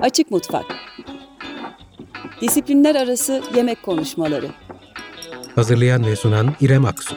Açık Mutfak. Disiplinler arası yemek konuşmaları. Hazırlayan ve sunan İrem Aksu.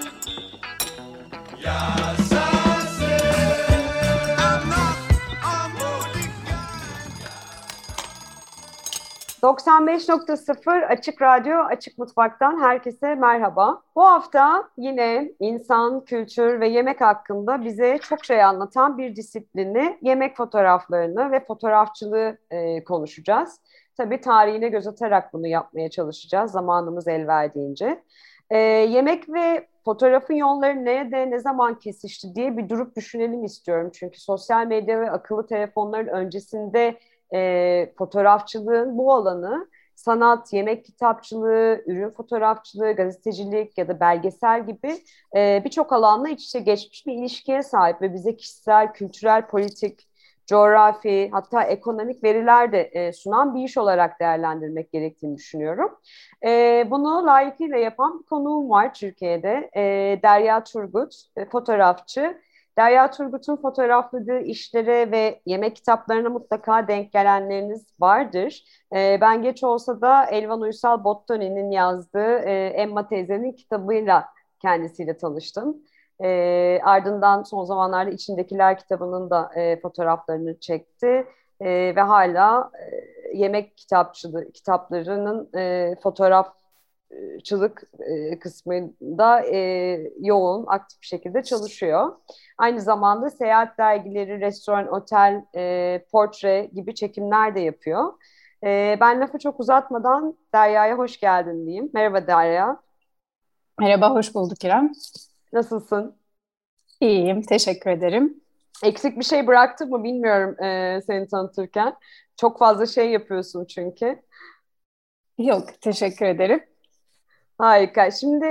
...95.0 Açık Radyo, Açık Mutfak'tan herkese merhaba. Bu hafta yine insan, kültür ve yemek hakkında bize çok şey anlatan bir disiplini, yemek fotoğraflarını ve fotoğrafçılığı konuşacağız. Tabii tarihine göz atarak bunu yapmaya çalışacağız zamanımız el verdiğince. Yemek ve fotoğrafın yolları nerede, ne zaman kesişti diye bir durup düşünelim istiyorum. Çünkü sosyal medya ve akıllı telefonların öncesinde fotoğrafçılığın bu alanı sanat, yemek kitapçılığı, ürün fotoğrafçılığı, gazetecilik ya da belgesel gibi birçok alanla iç içe geçmiş bir ilişkiye sahip ve bize kişisel, kültürel, politik, coğrafi hatta ekonomik veriler de sunan bir iş olarak değerlendirmek gerektiğini düşünüyorum. Bunu layıkıyla yapan bir konuğum var Türkiye'de. Derya Turgut, fotoğrafçı. Derya Turgut'un fotoğrafladığı işlere ve yemek kitaplarına mutlaka denk gelenleriniz vardır. Ben geç olsa da Elvan Uysal Bottoni'nin yazdığı Emma teyzenin kitabıyla kendisiyle tanıştım. Ardından son zamanlarda İçindekiler kitabının da fotoğraflarını çekti. Ve hala yemek kitaplarının fotoğrafçılık kısmında yoğun, aktif bir şekilde çalışıyor. Aynı zamanda seyahat dergileri, restoran, otel, portre gibi çekimler de yapıyor. Ben lafı çok uzatmadan Derya'ya hoş geldin diyeyim. Merhaba Derya. Merhaba, hoş bulduk İrem. Nasılsın? İyiyim, teşekkür ederim. Eksik bir şey bıraktık mı bilmiyorum seni tanıtırken. Çok fazla şey yapıyorsun çünkü. Yok, teşekkür ederim. Harika. Şimdi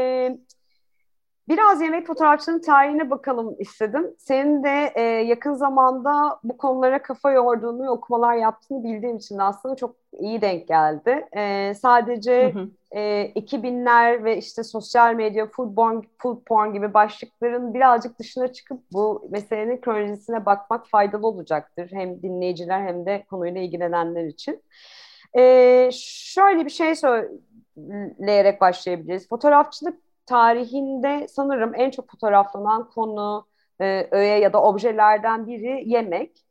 biraz yemek fotoğrafçının tarihine bakalım istedim. Senin de yakın zamanda bu konulara kafa yorduğunu ve okumalar yaptığını bildiğim için de aslında çok iyi denk geldi. Hı Sadece hı. 2000'ler ve işte sosyal medya, food porn gibi başlıkların birazcık dışına çıkıp bu meselenin kronolojisine bakmak faydalı olacaktır. Hem dinleyiciler hem de konuyla ilgilenenler için. Şöyle bir şey söyleyerek başlayabiliriz. Fotoğrafçılık tarihinde sanırım en çok fotoğraflanan konu, öğe ya da objelerden biri yemek.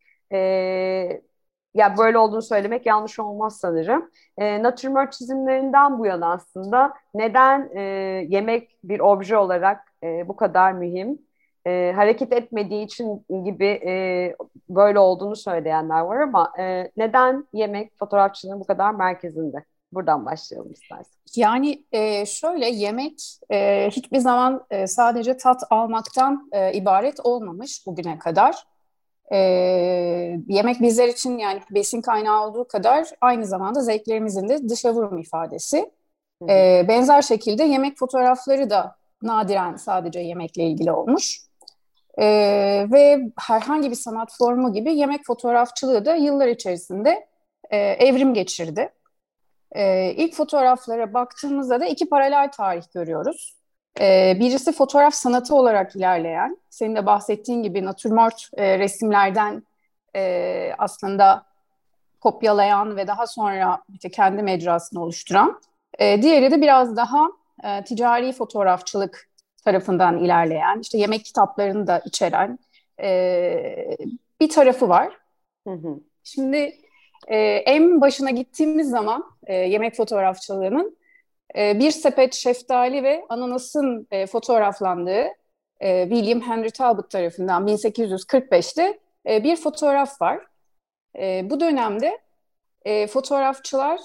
Ya böyle olduğunu söylemek yanlış olmaz sanırım. Natürmort çizimlerinden bu yana aslında neden yemek bir obje olarak bu kadar mühim? Hareket etmediği için gibi böyle olduğunu söyleyenler var ama neden yemek fotoğrafçının bu kadar merkezinde? Buradan başlayalım istersen. Şöyle yemek hiçbir zaman sadece tat almaktan ibaret olmamış bugüne kadar. E, Yemek bizler için yani besin kaynağı olduğu kadar aynı zamanda zevklerimizin de dışa vurum ifadesi. Hı hı. Benzer şekilde yemek fotoğrafları da nadiren sadece yemekle ilgili olmuş. Ve herhangi bir sanat formu gibi yemek fotoğrafçılığı da yıllar içerisinde evrim geçirdi. İlk fotoğraflara baktığımızda da iki paralel tarih görüyoruz. Birisi fotoğraf sanatı olarak ilerleyen, senin de bahsettiğin gibi natürmort resimlerden aslında kopyalayan ve daha sonra işte kendi mecrasını oluşturan. Diğeri de biraz daha ticari fotoğrafçılık tarafından ilerleyen, işte yemek kitaplarını da içeren bir tarafı var. Hı hı. Şimdi en başına gittiğimiz zaman yemek fotoğrafçılığının bir sepet şeftali ve ananasın fotoğraflandığı William Henry Talbot tarafından 1845'te bir fotoğraf var. Bu dönemde fotoğrafçılar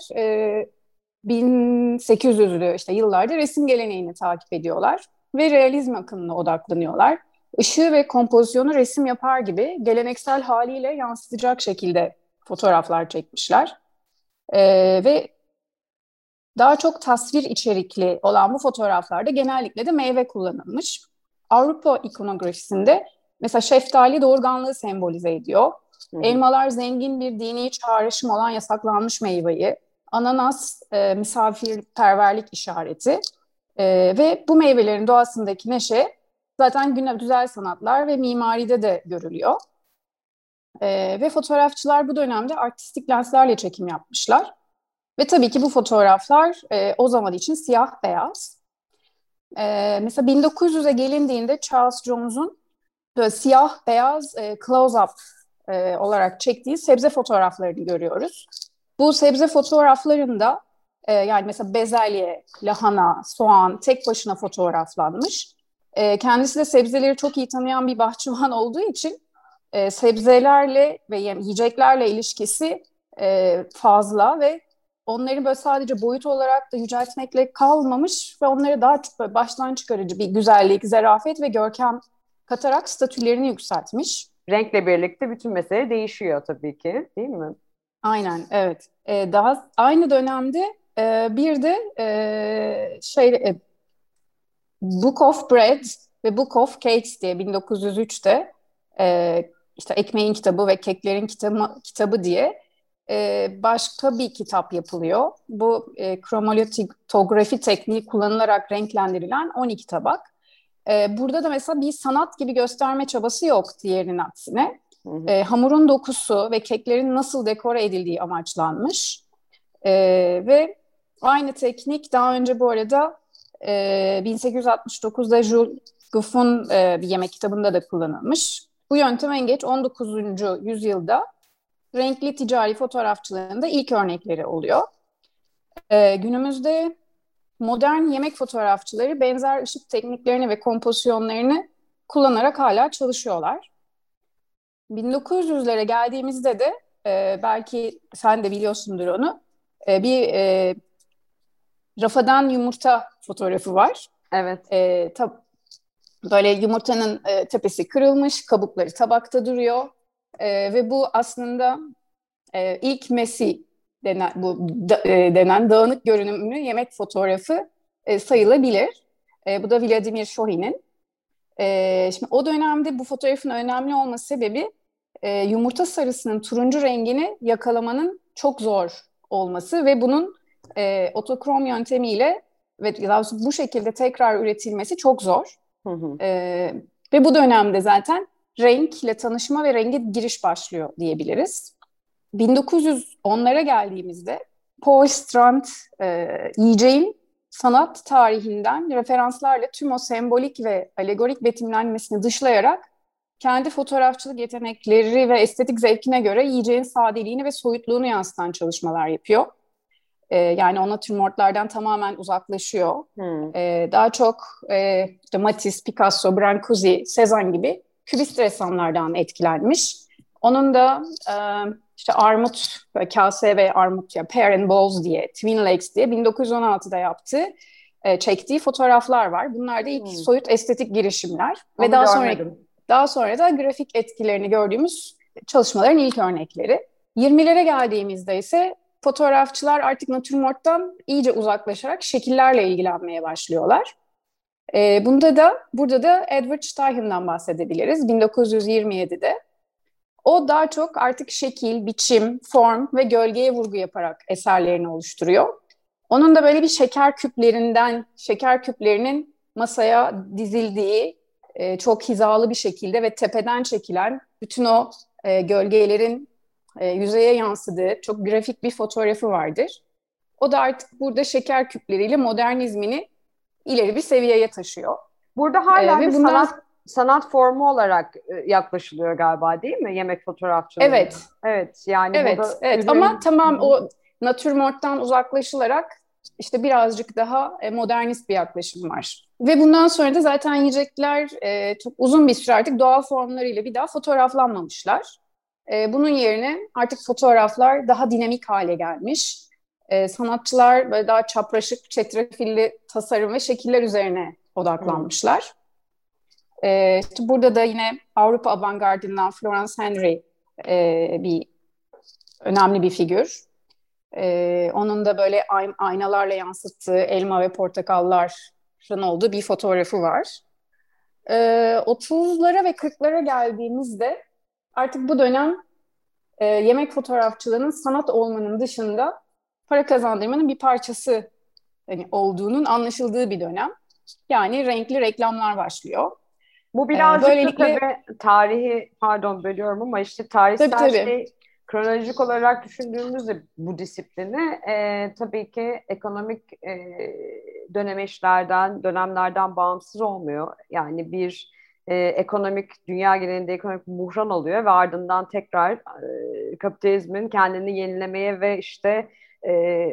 1800'lü işte yıllarda resim geleneğini takip ediyorlar ve realizm akımına odaklanıyorlar. Işığı ve kompozisyonu resim yapar gibi geleneksel haliyle yansıtacak şekilde fotoğraflar çekmişler. Ve daha çok tasvir içerikli olan bu fotoğraflarda genellikle de meyve kullanılmış. Avrupa ikonografisinde mesela şeftali doğurganlığı sembolize ediyor. Hı hı. Elmalar zengin bir dini çağrışım olan yasaklanmış meyveyi. Ananas misafirperverlik işareti. Ve bu meyvelerin doğasındaki neşe zaten güzel sanatlar ve mimaride de görülüyor. Ve fotoğrafçılar bu dönemde artistik lenslerle çekim yapmışlar. Ve tabii ki bu fotoğraflar o zaman için siyah beyaz. Mesela 1900'e gelindiğinde Charles Jones'un böyle siyah beyaz close-up olarak çektiği sebze fotoğraflarını görüyoruz. Bu sebze fotoğraflarında yani mesela bezelye, lahana, soğan tek başına fotoğraflanmış. Kendisi de sebzeleri çok iyi tanıyan bir bahçıvan olduğu için sebzelerle ve yiyeceklerle ilişkisi fazla ve onları böyle sadece boyut olarak da yüceltmekle kalmamış ve onları daha çok böyle baştan çıkarıcı bir güzellik, zarafet ve görkem katarak statülerini yükseltmiş. Renkle birlikte bütün mesele değişiyor tabii ki, değil mi? Aynen, evet. Daha aynı dönemde bir de Book of Bread ve Book of Cakes diye 1903'te işte Ekmeğin Kitabı ve Keklerin Kitabı diye başka bir kitap yapılıyor. Bu kromatografi tekniği kullanılarak renklendirilen 12 tabak. Burada da mesela bir sanat gibi gösterme çabası yok diğerinin aksine. Hamurun dokusu ve keklerin nasıl dekore edildiği amaçlanmış. Ve aynı teknik daha önce bu arada 1869'da Jules Gouffe'un bir yemek kitabında da kullanılmış. Bu yöntem en geç 19. yüzyılda renkli ticari fotoğrafçılığında ilk örnekleri oluyor. Günümüzde modern yemek fotoğrafçıları benzer ışık tekniklerini ve kompozisyonlarını kullanarak hala çalışıyorlar. 1900'lere geldiğimizde de belki sen de biliyorsundur onu, bir rafadan yumurta fotoğrafı var. Evet. Böyle yumurtanın tepesi kırılmış, kabukları tabakta duruyor ve bu aslında ilk Messi denen dağınık görünümlü yemek fotoğrafı sayılabilir. Bu da Vladimir Shohin'in. Şimdi o dönemde bu fotoğrafın önemli olması sebebi yumurta sarısının turuncu rengini yakalamanın çok zor olması ve bunun otokrom yöntemiyle ve bu şekilde tekrar üretilmesi çok zor. Ve bu dönemde zaten renkle tanışma ve renge giriş başlıyor diyebiliriz. 1910'lara geldiğimizde Paul Strand yiyeceğin sanat tarihinden referanslarla tüm o sembolik ve alegorik betimlenmesini dışlayarak kendi fotoğrafçılık yetenekleri ve estetik zevkine göre yiyeceğin sadeliğini ve soyutluğunu yansıtan çalışmalar yapıyor. Yani o natürmortlardan tamamen uzaklaşıyor. Daha çok işte Matisse, Picasso, Brancusi, Cézanne gibi kübist ressamlardan etkilenmiş. Onun da işte armut, kase ve armut, ya Pear and Balls diye, Twin Lakes diye 1916'da yaptığı, çektiği fotoğraflar var. Bunlar da ilk soyut estetik girişimler. Onu ve daha sonra da grafik etkilerini gördüğümüz çalışmaların ilk örnekleri. 20'lere geldiğimizde ise fotoğrafçılar artık natürmorttan iyice uzaklaşarak şekillerle ilgilenmeye başlıyorlar. Burada da Edward Steichen bahsedebiliriz 1927'de. O daha çok artık şekil, biçim, form ve gölgeye vurgu yaparak eserlerini oluşturuyor. Onun da böyle bir şeker küplerinin masaya dizildiği, çok hizalı bir şekilde ve tepeden çekilen bütün o gölgelerin yüzeye yansıdığı çok grafik bir fotoğrafı vardır. O da artık burada şeker küpleriyle modernizmini ileri bir seviyeye taşıyor. Burada hala bir sanat formu olarak yaklaşılıyor galiba, değil mi? Yemek fotoğrafçılığı. Evet. Evet. Yani evet. Ama tamam, o natürmorttan uzaklaşılarak işte birazcık daha modernist bir yaklaşım var. Ve bundan sonra da zaten yiyecekler çok uzun bir süre artık doğal formlarıyla bir daha fotoğraflanmamışlar. Bunun yerine artık fotoğraflar daha dinamik hale gelmiş. Sanatçılar böyle daha çapraşık, çetrefilli tasarım ve şekiller üzerine odaklanmışlar. İşte burada da yine Avrupa avantgardından Florence Henry bir önemli bir figür. Onun da böyle aynalarla yansıttığı elma ve portakalların olduğu bir fotoğrafı var. 30'lara ve 40'lara geldiğimizde artık bu dönem yemek fotoğrafçılığının sanat olmanın dışında para kazandırmanın bir parçası olduğunun anlaşıldığı bir dönem. Yani renkli reklamlar başlıyor. Bu birazcık da Böylelikle tabii tarihi, pardon bölüyorum ama işte tabii tarihsel tabii. kronolojik olarak düşündüğümüzde bu disiplini tabii ki ekonomik dönemlerden bağımsız olmuyor. Yani bir dünya genelinde ekonomik buhran oluyor ve ardından tekrar kapitalizmin kendini yenilemeye ve işte e,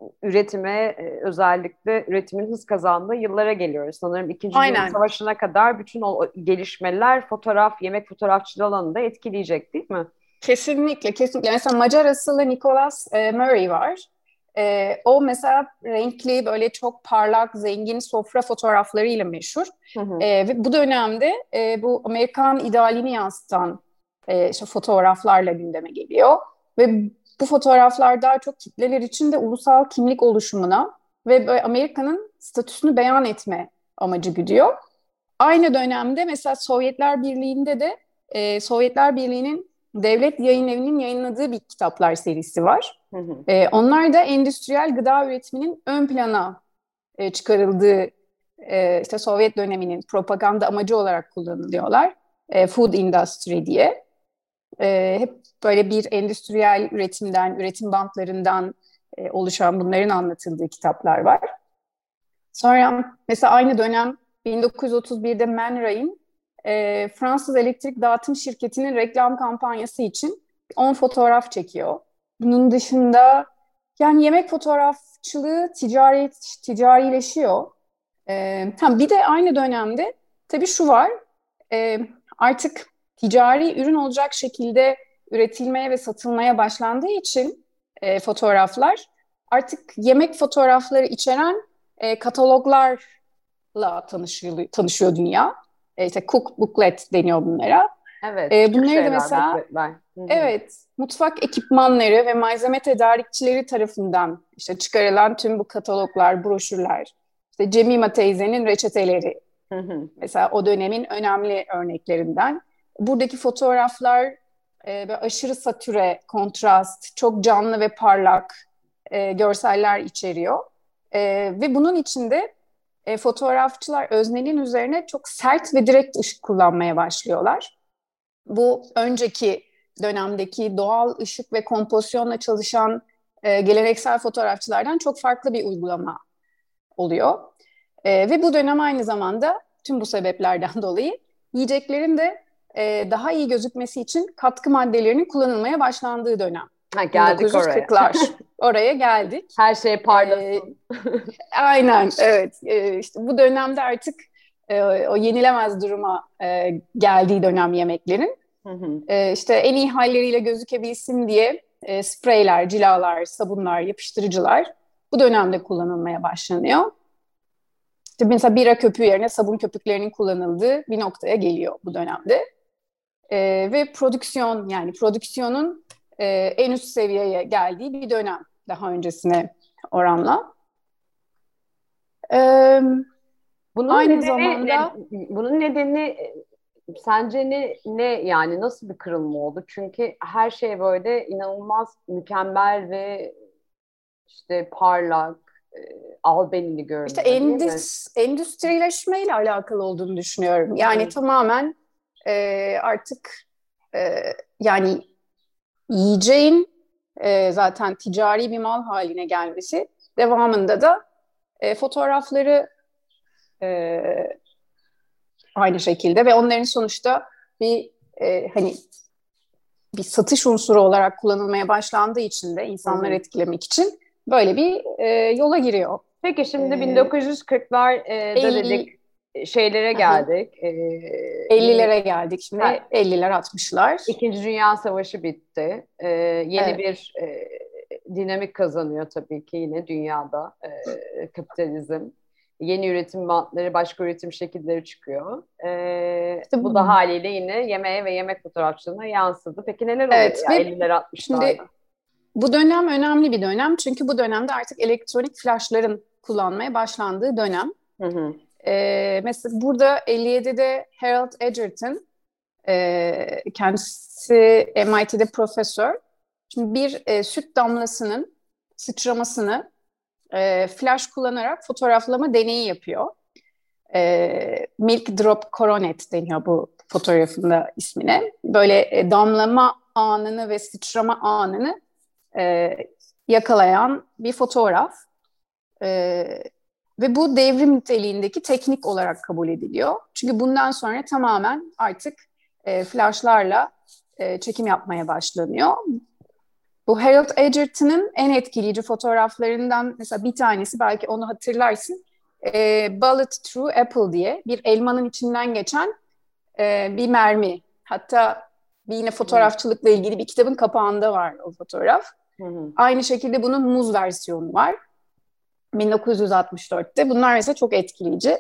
özellikle üretimin hız kazandığı yıllara geliyoruz. Sanırım İkinci Dünya Aynen. Savaşı'na kadar bütün o gelişmeler yemek fotoğrafçılığı alanında etkileyecek değil mi? Kesinlikle, kesinlikle. Mesela Macar asıllı Nicholas Murray var. O mesela renkli, böyle çok parlak, zengin sofra fotoğraflarıyla meşhur. Hı hı. Ve bu dönemde bu Amerikan idealini yansıtan işte fotoğraflarla gündeme geliyor. Ve bu fotoğraflar daha çok kitleler için de ulusal kimlik oluşumuna ve böyle Amerika'nın statüsünü beyan etme amacı güdüyor. Aynı dönemde mesela Sovyetler Birliği'nde de Sovyetler Birliği'nin devlet yayın evinin yayınladığı bir kitaplar serisi var. Hı hı. Onlar da endüstriyel gıda üretiminin ön plana çıkarıldığı işte Sovyet döneminin propaganda amacı olarak kullanılıyorlar. Food industry diye. Hep böyle bir endüstriyel üretimden, üretim bantlarından oluşan bunların anlatıldığı kitaplar var. Sonra mesela aynı dönem 1931'de Man Ray'in Fransız elektrik dağıtım şirketinin reklam kampanyası için 10 fotoğraf çekiyor. Bunun dışında yani yemek fotoğrafçılığı ticarileşiyor. Bir de aynı dönemde tabii şu var, artık ticari ürün olacak şekilde üretilmeye ve satılmaya başlandığı için fotoğraflar artık yemek fotoğrafları içeren kataloglarla tanışıyor dünya. İşte cook booklet deniyor bunlara. Evet, küçük Bunları da şeyler, mesela bukletler. Hı hı. evet, mutfak ekipmanları ve malzeme tedarikçileri tarafından işte çıkarılan tüm bu kataloglar, broşürler, işte Cemima teyzenin reçeteleri Hı hı. mesela o dönemin önemli örneklerinden. Buradaki fotoğraflar böyle aşırı satüre, kontrast, çok canlı ve parlak görseller içeriyor. Ve bunun içinde fotoğrafçılar öznenin üzerine çok sert ve direkt ışık kullanmaya başlıyorlar. Bu önceki dönemdeki doğal ışık ve kompozisyonla çalışan geleneksel fotoğrafçılardan çok farklı bir uygulama oluyor. Ve bu dönem aynı zamanda tüm bu sebeplerden dolayı yiyeceklerin de daha iyi gözükmesi için katkı maddelerinin kullanılmaya başlandığı dönem. Ha, geldik oraya. 1940'lar. Oraya geldik. Her şey parlasın. Aynen, evet. İşte bu dönemde artık o yenilemez duruma geldiği dönem yemeklerin. Hı hı. İşte en iyi halleriyle gözükebilsin diye spreyler, cilalar, sabunlar, yapıştırıcılar bu dönemde kullanılmaya başlanıyor. İşte mesela bira köpüğü yerine sabun köpüklerinin kullanıldığı bir noktaya geliyor bu dönemde. Ve prodüksiyonun en üst seviyeye geldiği bir dönem daha öncesine oranla. Bunun Aynı nedeni zamanda bunun nedeni sence ne yani nasıl bir kırılma oldu? Çünkü her şey böyle inanılmaz mükemmel ve işte parlak, albenili işte görünüyor değil mi? endüstrileşmeyle alakalı olduğunu düşünüyorum. Yani Hı. tamamen artık yani yiyeceğin zaten ticari bir mal haline gelmesi, devamında da fotoğrafları e, aynı şekilde ve onların sonuçta bir hani bir satış unsuru olarak kullanılmaya başlandığı için de Hı insanları hı. etkilemek için böyle bir yola giriyor. Peki şimdi E, 1940'larda dedik 50 şeylere aha, geldik. Yeni 50'lere geldik şimdi, ha, 50'ler 60'lar. İkinci Dünya Savaşı bitti. Yeni Evet. bir dinamik kazanıyor tabii ki yine dünyada kapitalizm. Yeni üretim bantları, başka üretim şekilleri çıkıyor. İşte Bu da haliyle yine yemeğe ve yemek fotoğrafçılığına yansıdı. Peki neler oluyor evet ya ve 50'ler 60'larda? şimdi bu dönem önemli bir dönem çünkü bu dönemde artık elektronik flaşların kullanmaya başlandığı dönem. Hı hı. Mesela burada 57'de Harold Edgerton, kendisi MIT'de profesör. Şimdi bir süt damlasının sıçramasını flash kullanarak fotoğraflama deneyi yapıyor. Milk Drop Coronet deniyor bu fotoğrafında ismine. Böyle damlama anını ve sıçrama anını yakalayan bir fotoğraf. Ve bu devrim niteliğindeki teknik olarak kabul ediliyor. Çünkü bundan sonra tamamen artık flashlarla çekim yapmaya başlanıyor. Bu Harold Edgerton'ın en etkileyici fotoğraflarından mesela bir tanesi, belki onu hatırlarsın. Bullet Through Apple diye bir elmanın içinden geçen bir mermi. Hatta bir yine fotoğrafçılıkla ilgili bir kitabın kapağında var o fotoğraf. Aynı şekilde bunun muz versiyonu var. 1964'te. Bunlar mesela çok etkileyici.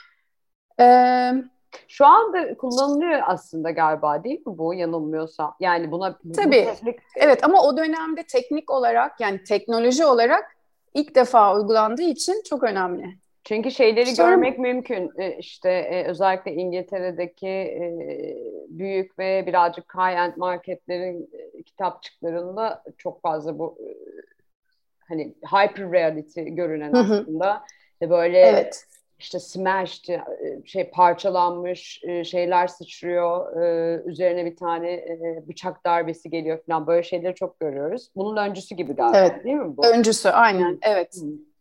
Şu anda kullanılıyor aslında galiba, değil mi bu, yanılmıyorsam? Yani buna... Tabii. Evet, ama o dönemde teknik olarak, yani teknoloji olarak ilk defa uygulandığı için çok önemli. Çünkü şeyleri görmek mümkün. İşte özellikle İngiltere'deki büyük ve birazcık high-end marketlerin kitapçıklarında çok fazla bu hani hyper reality görünen aslında ve böyle işte smashed, parçalanmış şeyler sıçrıyor, üzerine bir tane bıçak darbesi geliyor falan, böyle şeyleri çok görüyoruz. Bunun öncüsü gibi galiba, değil mi bu? Öncüsü, aynen, evet.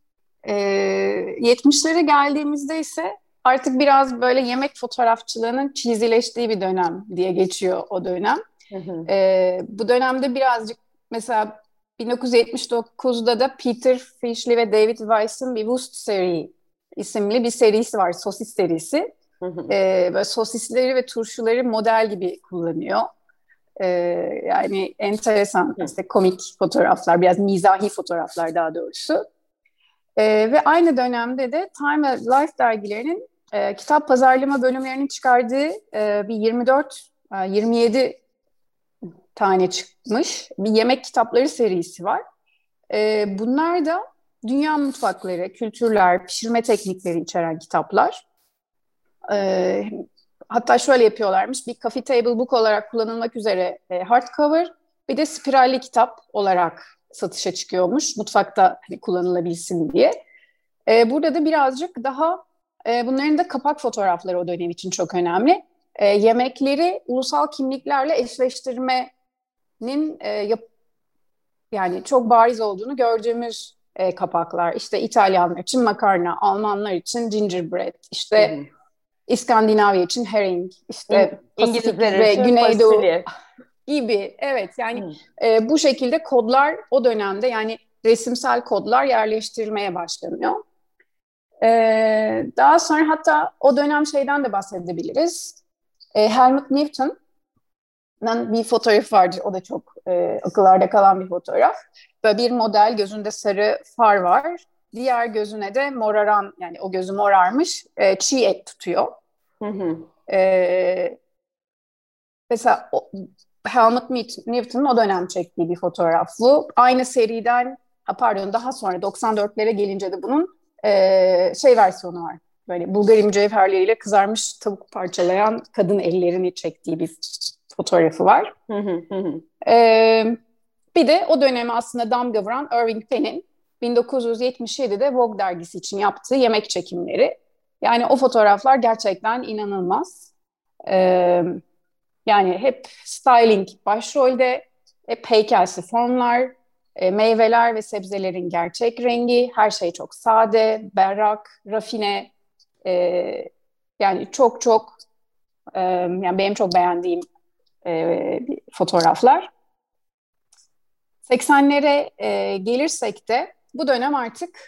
70'lere geldiğimizde ise artık biraz böyle yemek fotoğrafçılığının cheesyleştiği bir dönem diye geçiyor o dönem. Bu dönemde birazcık mesela 1979'da da Peter Fischli ve David Weiss'ın bir Wurst Serie isimli bir serisi var, sosis serisi. Böyle sosisleri ve turşuları model gibi kullanıyor. Yani enteresan, işte komik fotoğraflar, biraz mizahi fotoğraflar daha doğrusu. Ve aynı dönemde de Time ve Life dergilerinin kitap pazarlama bölümlerinin çıkardığı bir 27 tane çıkmış bir yemek kitapları serisi var. Bunlar da dünya mutfakları, kültürler, pişirme teknikleri içeren kitaplar. Hatta şöyle yapıyorlarmış, bir coffee table book olarak kullanılmak üzere hardcover, bir de spiralli kitap olarak satışa çıkıyormuş, mutfakta hani kullanılabilsin diye. Burada da birazcık daha bunların da kapak fotoğrafları o dönem için çok önemli. Yemekleri ulusal kimliklerle eşleştirmenin yani çok bariz olduğunu gördüğümüz kapaklar. İşte İtalyanlar için makarna, Almanlar için gingerbread, işte İskandinavya için herring, işte İngilizler ve için Güneydoğu fasulye gibi. Evet, yani bu şekilde kodlar o dönemde, yani resimsel kodlar yerleştirilmeye başlanıyor. Daha sonra hatta o dönem şeyden de bahsedebiliriz. Helmut Newton'un bir fotoğrafı vardır. O da çok akıllarda kalan bir fotoğraf. Böyle bir model, gözünde sarı far var. Diğer gözüne de moraran, yani o gözü morarmış, çiğ et tutuyor. Mesela Helmut Newton'un o dönem çektiği bir fotoğraf bu. Aynı seriden, daha sonra 94'lere gelince de bunun versiyonu var. Böyle Bulgari mücevherleriyle kızarmış tavuk parçalayan kadın ellerini çektiği bir fotoğrafı var. Bir de o dönemi aslında damga vuran Irving Penn'in 1977'de Vogue dergisi için yaptığı yemek çekimleri. Yani o fotoğraflar gerçekten inanılmaz. Yani hep styling başrolde, hep heykelsi formlar, meyveler ve sebzelerin gerçek rengi, her şey çok sade, berrak, rafine. Yani çok yani benim çok beğendiğim fotoğraflar. 80'lere gelirsek de bu dönem artık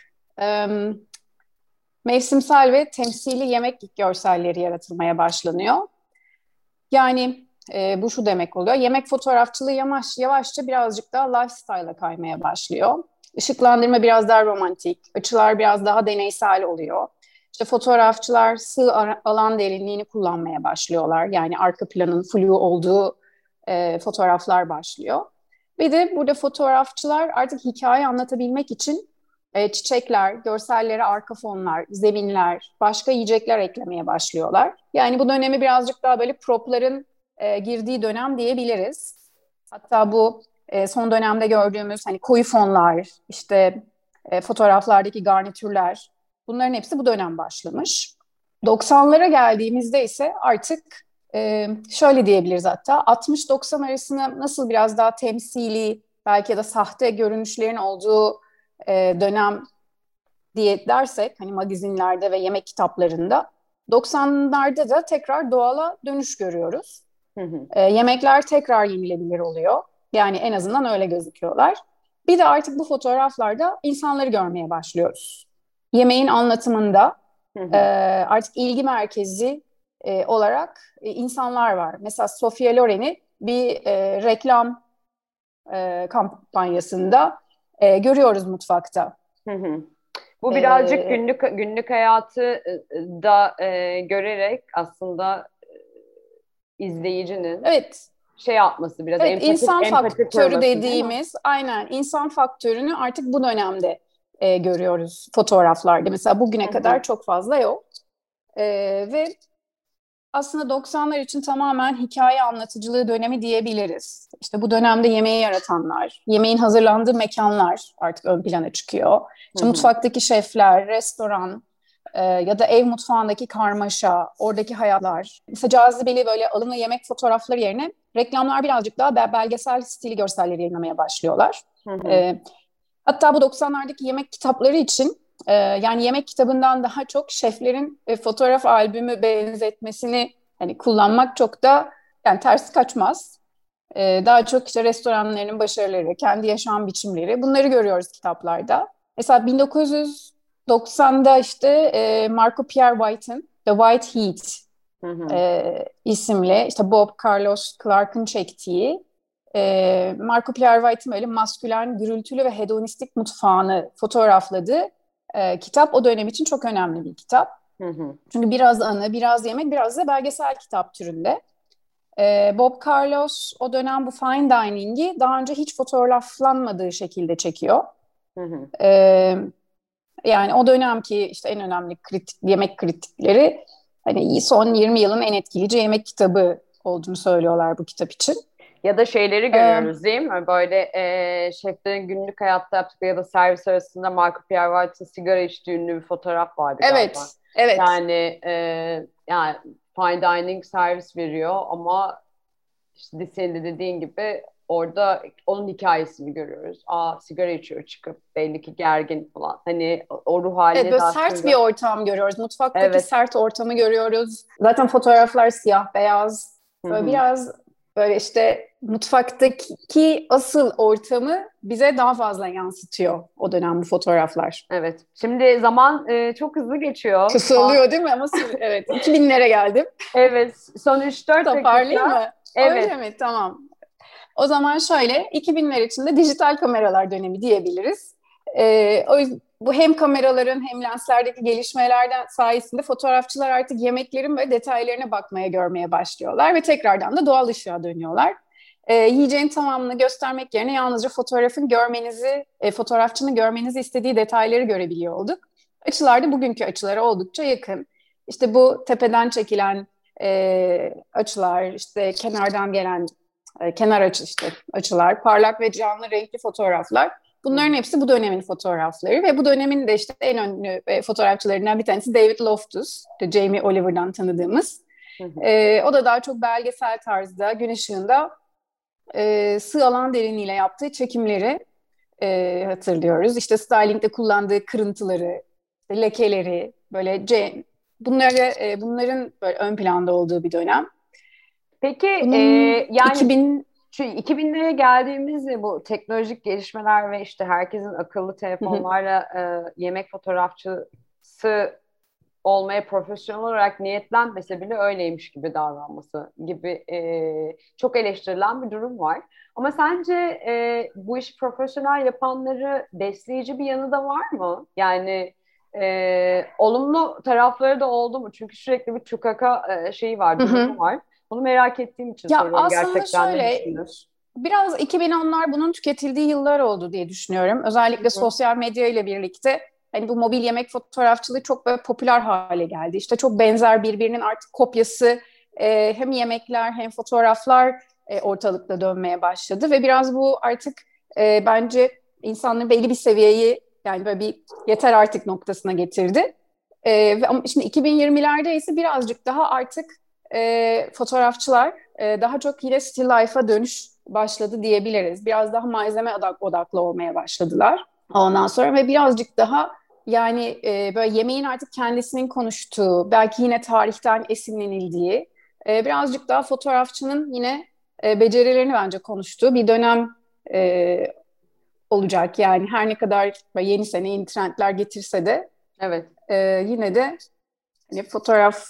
mevsimsel ve temsili yemek görselleri yaratılmaya başlanıyor. Yani bu şu demek oluyor: yemek fotoğrafçılığı yavaşça birazcık daha lifestyle'a kaymaya başlıyor. Işıklandırma biraz daha romantik, açılar biraz daha deneysel oluyor. İşte fotoğrafçılar sığ alan derinliğini kullanmaya başlıyorlar. Yani arka planın flu olduğu fotoğraflar başlıyor. Bir de burada fotoğrafçılar artık hikaye anlatabilmek için çiçekler, görsellere arka fonlar, zeminler, başka yiyecekler eklemeye başlıyorlar. Yani bu dönemi birazcık daha böyle propların girdiği dönem diyebiliriz. Hatta bu son dönemde gördüğümüz hani koyu fonlar, işte fotoğraflardaki garnitürler, bunların hepsi bu dönem başlamış. 90'lara geldiğimizde ise artık şöyle diyebiliriz hatta 60-90 arasında nasıl biraz daha temsili belki ya da sahte görünüşlerin olduğu dönem diye dersek hani magazinlerde ve yemek kitaplarında 90'larda da tekrar doğala dönüş görüyoruz. Yemekler tekrar yenilebilir oluyor. Yani en azından öyle gözüküyorlar. Bir de artık bu fotoğraflarda insanları görmeye başlıyoruz. Yemeğin anlatımında artık ilgi merkezi olarak insanlar var. Mesela Sofia Loren'i bir reklam kampanyasında görüyoruz mutfakta. Bu birazcık günlük hayatı da görerek aslında izleyicinin şey yapması biraz insan faktörü kurması, dediğimiz aynen insan faktörünü artık bu dönemde görüyoruz fotoğraflarda. Mesela bugüne kadar çok fazla yok. Ve aslında 90'lar için tamamen hikaye anlatıcılığı dönemi diyebiliriz. İşte bu dönemde yemeği yaratanlar, yemeğin hazırlandığı mekanlar artık ön plana çıkıyor. İşte mutfaktaki şefler, restoran ya da ev mutfağındaki karmaşa, oradaki hayatlar. Mesela cazibeli böyle alımlı yemek fotoğrafları yerine reklamlar birazcık daha belgesel stili görselleri yayınlamaya başlıyorlar. Hatta bu 90'lardaki yemek kitapları için yani yemek kitabından daha çok şeflerin fotoğraf albümü benzetmesini hani kullanmak çok da yani ters kaçmaz. Daha çok işte restoranlarının başarıları, kendi yaşam biçimleri bunları görüyoruz kitaplarda. Mesela 1990'da işte Marco Pierre White'ın The White Heat isimli işte Bob Carlos Clark'ın çektiği Marco Pierre White'ın böyle maskülen, gürültülü ve hedonistik mutfağını fotoğrafladığı kitap o dönem için çok önemli bir kitap. Çünkü biraz anı, biraz yemek, biraz da belgesel kitap türünde. Bob Carlos o dönem bu fine dining'i daha önce hiç fotoğraflanmadığı şekilde çekiyor. Yani o dönemki işte en önemli yemek kritikleri hani son 20 yılın en etkileyici yemek kitabı olduğunu söylüyorlar bu kitap için. Ya da şeyleri görüyoruz değil mi? Böyle şeflerin günlük hayatta yaptıkları ya da servis arasında Marco Pierre White'ın sigara içtiği ünlü bir fotoğraf vardı galiba. Evet. Yani fine dining servis veriyor ama işte senin de dediğin gibi orada onun hikayesini görüyoruz. Sigara içiyor çıkıp belli ki gergin falan. Hani o ruh haline böyle sert bir ortam görüyoruz. Mutfaktaki sert ortamı görüyoruz. Zaten fotoğraflar siyah beyaz. Böyle biraz böyle işte mutfaktaki asıl ortamı bize daha fazla yansıtıyor o dönem bu fotoğraflar. Evet. Şimdi zaman çok hızlı geçiyor. Kısalıyor değil mi? Ama evet 2000'lere geldim. Evet. Son 3-4 dakika. Toparlayayım mı? Evet. Öyle mi? Tamam. O zaman şöyle 2000'ler içinde dijital kameralar dönemi diyebiliriz. Bu hem kameraların hem lenslerdeki gelişmelerden sayesinde fotoğrafçılar artık yemeklerin böyle detaylarına bakmaya, görmeye başlıyorlar ve tekrardan da doğal ışığa dönüyorlar. Yiyeceğin tamamını göstermek yerine yalnızca fotoğrafçının görmenizi istediği detayları görebiliyor olduk. Açılar da bugünkü açılara oldukça yakın. İşte bu tepeden çekilen açılar, işte kenardan gelen kenar açılar, parlak ve canlı renkli fotoğraflar. Bunların hepsi bu dönemin fotoğrafları ve bu dönemin de işte en ünlü fotoğrafçılarından bir tanesi David Loftus, Jamie Oliver'dan tanıdığımız. O da daha çok belgesel tarzda, gün ışığında sığ alan derinliğiyle yaptığı çekimleri hatırlıyoruz. İşte styling'de kullandığı kırıntıları, işte lekeleri, böyle bunların böyle ön planda olduğu bir dönem. Peki yani 2000'lere geldiğimizde bu teknolojik gelişmeler ve işte herkesin akıllı telefonlarla yemek fotoğrafçısı olmaya profesyonel olarak niyetlenmese bile öyleymiş gibi davranması gibi çok eleştirilen bir durum var. Ama sence bu işi profesyonel yapanları besleyici bir yanı da var mı? Yani olumlu tarafları da oldu mu? Çünkü sürekli bir çukaka şeyi var, durumu var. Bunu merak ettiğim için soruyorum gerçekten. Aslında şöyle, biraz 2010'lar bunun tüketildiği yıllar oldu diye düşünüyorum. Özellikle sosyal medya ile birlikte hani bu mobil yemek fotoğrafçılığı çok böyle popüler hale geldi. İşte çok benzer birbirinin artık kopyası hem yemekler hem fotoğraflar ortalıkta dönmeye başladı ve biraz bu artık bence insanların belli bir seviyeyi yani böyle bir yeter artık noktasına getirdi. Ama şimdi 2020'lerde ise birazcık daha artık fotoğrafçılar daha çok yine still life'a dönüş başladı diyebiliriz. Biraz daha malzeme odaklı olmaya başladılar. Ondan sonra ve birazcık daha yani böyle yemeğin artık kendisinin konuştuğu, belki yine tarihten esinlenildiği, birazcık daha fotoğrafçının yine becerilerini bence konuştuğu bir dönem olacak. Yani her ne kadar yeni sene yeni trendler getirse de Evet. Yine de hani fotoğraf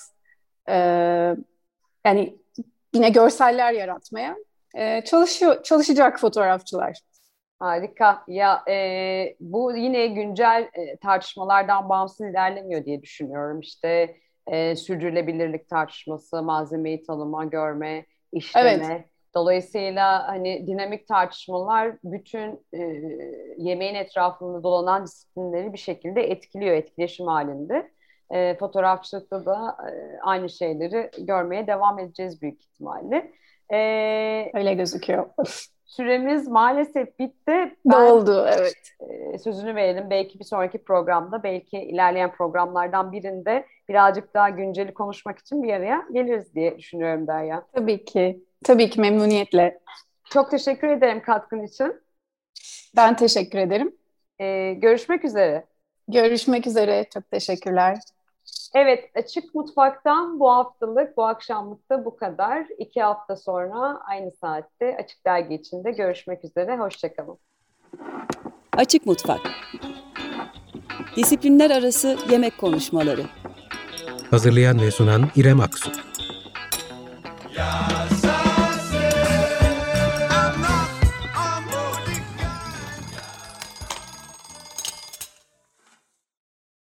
yani yine görseller yaratmaya çalışacak fotoğrafçılar. Harika. Ya bu yine güncel tartışmalardan bağımsız ilerlemiyor diye düşünüyorum. İşte sürdürülebilirlik tartışması, malzemeyi tanıma, görme, işleme. Evet. Dolayısıyla hani dinamik tartışmalar bütün yemeğin etrafında dolanan disiplinleri bir şekilde etkiliyor, etkileşim halinde. Fotoğrafçılıkta da aynı şeyleri görmeye devam edeceğiz büyük ihtimalle. Öyle gözüküyor. Süremiz maalesef bitti. Doldu, evet. Sözünü verelim. Belki bir sonraki programda, belki ilerleyen programlardan birinde birazcık daha günceli konuşmak için bir araya geliriz diye düşünüyorum Derya. Tabii ki. Tabii ki memnuniyetle. Çok teşekkür ederim katkın için. Ben teşekkür ederim. Görüşmek üzere. Görüşmek üzere. Çok teşekkürler. Evet, Açık Mutfak'tan bu haftalık, bu akşamlık da bu kadar. 2 hafta sonra aynı saatte Açık Dergi içinde görüşmek üzere. Hoşçakalın. Açık Mutfak. Disiplinler arası yemek konuşmaları. Hazırlayan ve sunan İrem Aksu. Ya